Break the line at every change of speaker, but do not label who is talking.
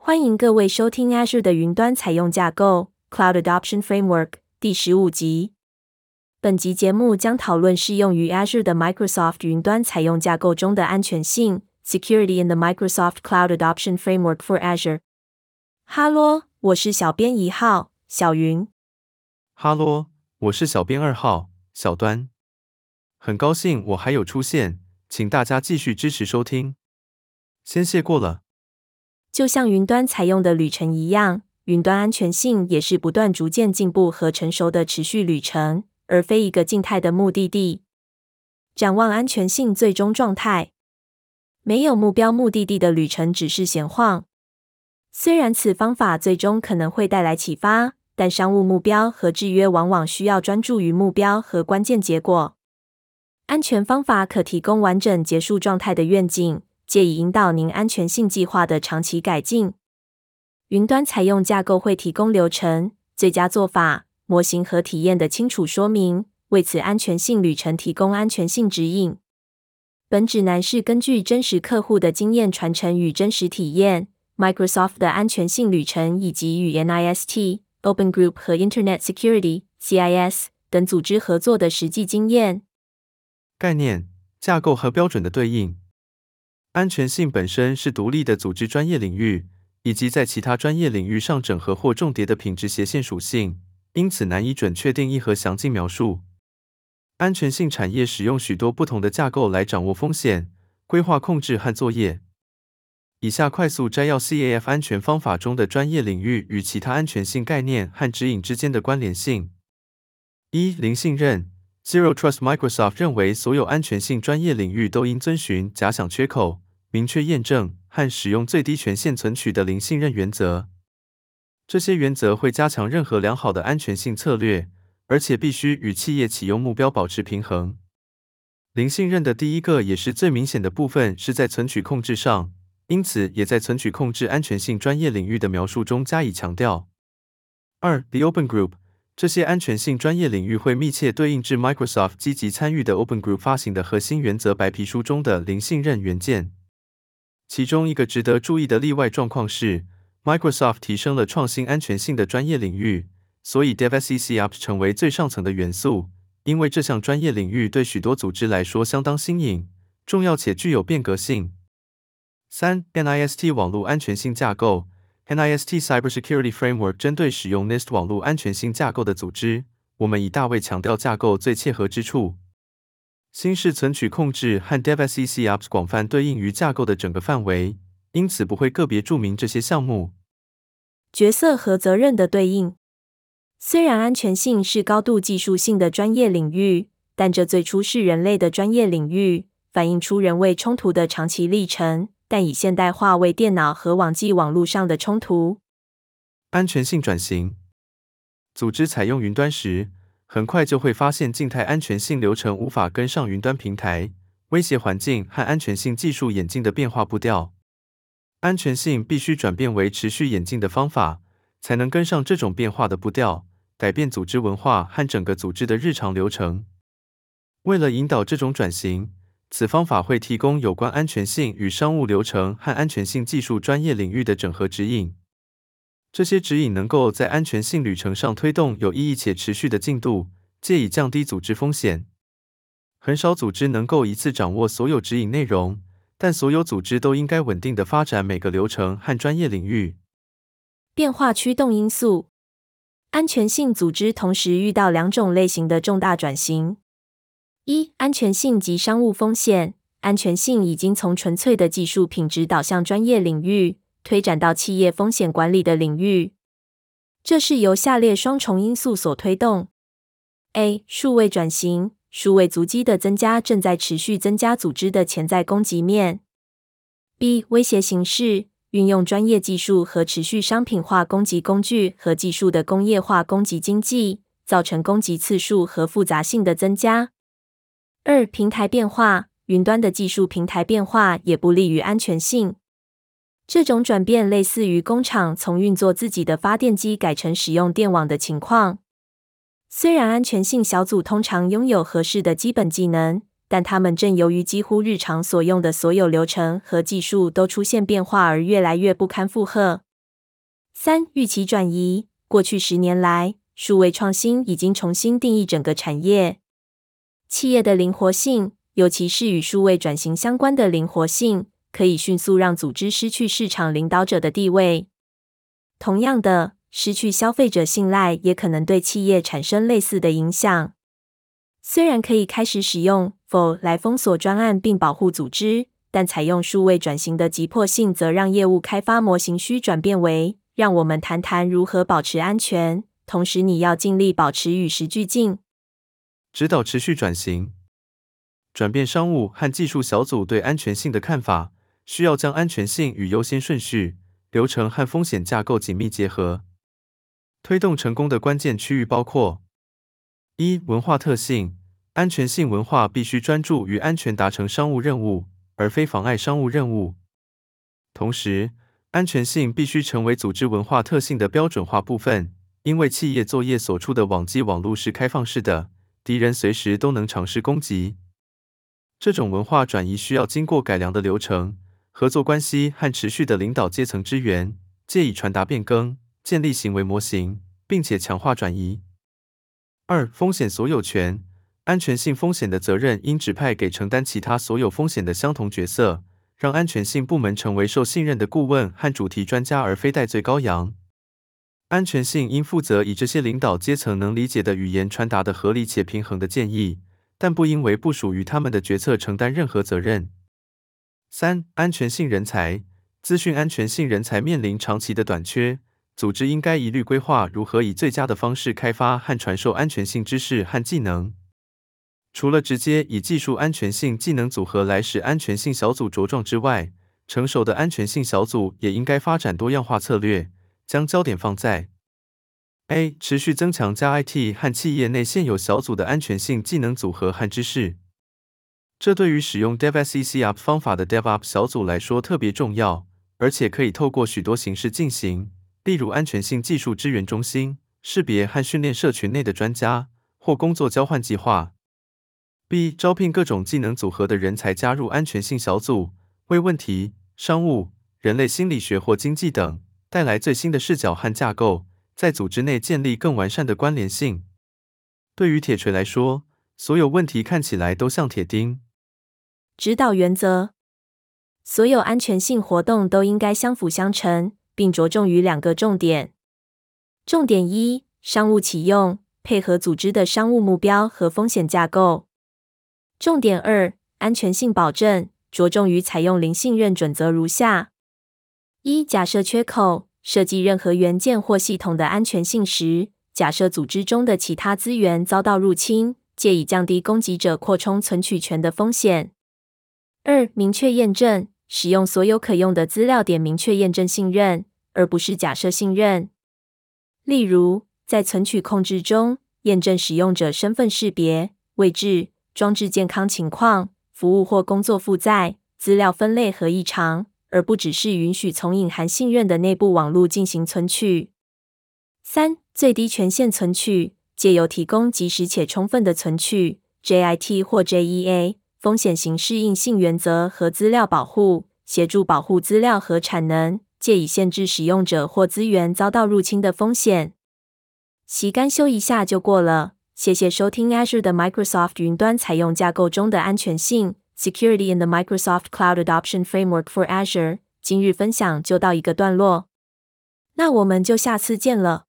欢迎各位收听 Azure 的云端采用架构 Cloud Adoption Framework 第15集。本集节目将讨论适用于 Azure 的 Microsoft 云端采用架构中的安全性 Security in the Microsoft Cloud Adoption Framework for Azure。哈喽，我是小编1号小云。
哈喽，我是小编2号小端。很高兴我还有出现，请大家继续支持收听。先谢过了。
就像云端采用的旅程一样，云端安全性也是不断逐渐进步和成熟的持续旅程，而非一个静态的目的地。展望安全性最终状态，没有目标目的地的旅程只是闲晃。虽然此方法最终可能会带来启发，但商务目标和制约往往需要专注于目标和关键结果。安全方法可提供完整结束状态的愿景，借以引导您安全性计划的长期改进。云端采用架构会提供流程、最佳做法、模型和体验的清楚说明，为此安全性旅程提供安全性指引。本指南是根据真实客户的经验传承与真实体验、Microsoft 的安全性旅程以及与 NIST、Open Group 和 Internet Security、CIS 等组织合作的实际经验。
概念、架构和标准的对应。安全性本身是独立的组织专业领域，以及在其他专业领域上整合或重叠的品质斜线属性，因此难以准确定义和详尽描述。安全性产业使用许多不同的架构来掌握风险、规划控制和作业。以下快速摘要 CAF 安全方法中的专业领域与其他安全性概念和指引之间的关联性。1. 零信任 Zero Trust Microsoft 认为所有安全性专业领域都应遵循假想缺口、明确验证和使用最低权限存取的零信任原则。这些原则会加强任何良好的安全性策略，而且必须与企业启用目标保持平衡。零信任的第一个也是最明显的部分是在存取控制上，因此也在存取控制安全性专业领域的描述中加以强调。2. The Open Group这些安全性专业领域会密切对应至 Microsoft 积极参与的 Open Group 发行的核心原则白皮书中的零信任元件。其中一个值得注意的例外状况是 ，Microsoft 提升了创新安全性的专业领域，所以 DevSecOps 成为最上层的元素，因为这项专业领域对许多组织来说相当新颖、重要且具有变革性。3. NIST 网络安全性架构 NIST Cybersecurity Framework 针对使用 NIST 网络安全性架构的组织，我们以大卫强调架构最切合之处。新式存取控制和 DevSecOps 广泛对应于架构的整个范围，因此不会个别注明这些项目。
角色和责任的对应。虽然安全性是高度技术性的专业领域，但这最初是人类的专业领域，反映出人为冲突的长期历程，但以现代化为电脑和网际网络上的冲突。
安全性转型。组织采用云端时，很快就会发现静态安全性流程无法跟上云端平台、威胁环境和安全性技术演进的变化步调。安全性必须转变为持续演进的方法，才能跟上这种变化的步调，改变组织文化和整个组织的日常流程。为了引导这种转型，此方法会提供有关安全性与商务流程和安全性技术专业领域的整合指引。这些指引能够在安全性旅程上推动有意义且持续的进度，借以降低组织风险。很少组织能够一次掌握所有指引内容，但所有组织都应该稳定地发展每个流程和专业领域。
变化驱动因素。安全性组织同时遇到2种类型的重大转型。1. 安全性及商务风险。安全性已经从纯粹的技术品质导向专业领域，推展到企业风险管理的领域。这是由下列双重因素所推动。A. 数位转型。数位足迹的增加正在持续增加组织的潜在攻击面。B. 威胁形式。运用专业技术和持续商品化攻击工具和技术的工业化攻击经济，造成攻击次数和复杂性的增加。2. 平台变化。云端的技术平台变化也不利于安全性。这种转变类似于工厂从运作自己的发电机改成使用电网的情况。虽然安全性小组通常拥有合适的基本技能，但他们正由于几乎日常所用的所有流程和技术都出现变化而越来越不堪负荷。 3. 预期转移。过去10年来，数位创新已经重新定义整个产业。企业的灵活性，尤其是与数位转型相关的灵活性，可以迅速让组织失去市场领导者的地位。同样的，失去消费者信赖也可能对企业产生类似的影响。虽然可以开始使用 FO 来封锁专案并保护组织，但采用数位转型的急迫性则让业务开发模型需转变为让我们谈谈如何保持安全，同时你要尽力保持与时俱进。
指导持续转型。转变商务和技术小组对安全性的看法，需要将安全性与优先顺序、流程和风险架构紧密结合。推动成功的关键区域包括：1. 文化特性。安全性文化必须专注于安全达成商务任务，而非妨碍商务任务。同时，安全性必须成为组织文化特性的标准化部分，因为企业作业所处的网际网络是开放式的，敌人随时都能尝试攻击。这种文化转移需要经过改良的流程、合作关系和持续的领导阶层支援，借以传达变更、建立行为模型，并且强化转移。2. 风险所有权。安全性风险的责任应指派给承担其他所有风险的相同角色，让安全性部门成为受信任的顾问和主题专家，而非代罪羔羊。安全性应负责以这些领导阶层能理解的语言传达的合理且平衡的建议，但不应为不属于他们的决策承担任何责任。3. 安全性人才。资讯安全性人才面临长期的短缺，组织应该一律规划如何以最佳的方式开发和传授安全性知识和技能。除了直接以技术安全性技能组合来使安全性小组茁壮之外，成熟的安全性小组也应该发展多样化策略，将焦点放在 A. 持续增强加 IT 和企业内现有小组的安全性技能组合和知识。这对于使用 DevSecOps 方法的 DevOps 小组来说特别重要，而且可以透过许多形式进行，例如安全性技术支援中心、识别和训练社群内的专家，或工作交换计划。B. 招聘各种技能组合的人才加入安全性小组，为问题、商务、人类心理学或经济等带来最新的视角和架构，在组织内建立更完善的关联性。对于铁锤来说，所有问题看起来都像铁钉。
指导原则。所有安全性活动都应该相辅相成，并着重于2个重点。重点1：商务启用，配合组织的商务目标和风险架构。重点2：安全性保证，着重于采用零信任准则如下：1. 假设缺口。设计任何元件或系统的安全性时，假设组织中的其他资源遭到入侵，借以降低攻击者扩充存取权的风险。2. 明确验证，使用所有可用的资料点明确验证信任，而不是假设信任。例如，在存取控制中，验证使用者身份识别、位置、装置健康情况、服务或工作负载、资料分类和异常，而不只是允许从隐含信任的内部网络进行存取。3. 最低权限存取，借由提供及时且充分的存取 JIT 或 JEA 风险型适应性原则和资料保护，协助保护资料和产能，借以限制使用者或资源遭到入侵的风险。习干修一下就过了。谢谢收听 Azure 的 Microsoft 云端采用架构中的安全性 Security in the Microsoft Cloud Adoption Framework for Azure。今日分享就到一个段落，那我们就下次见了。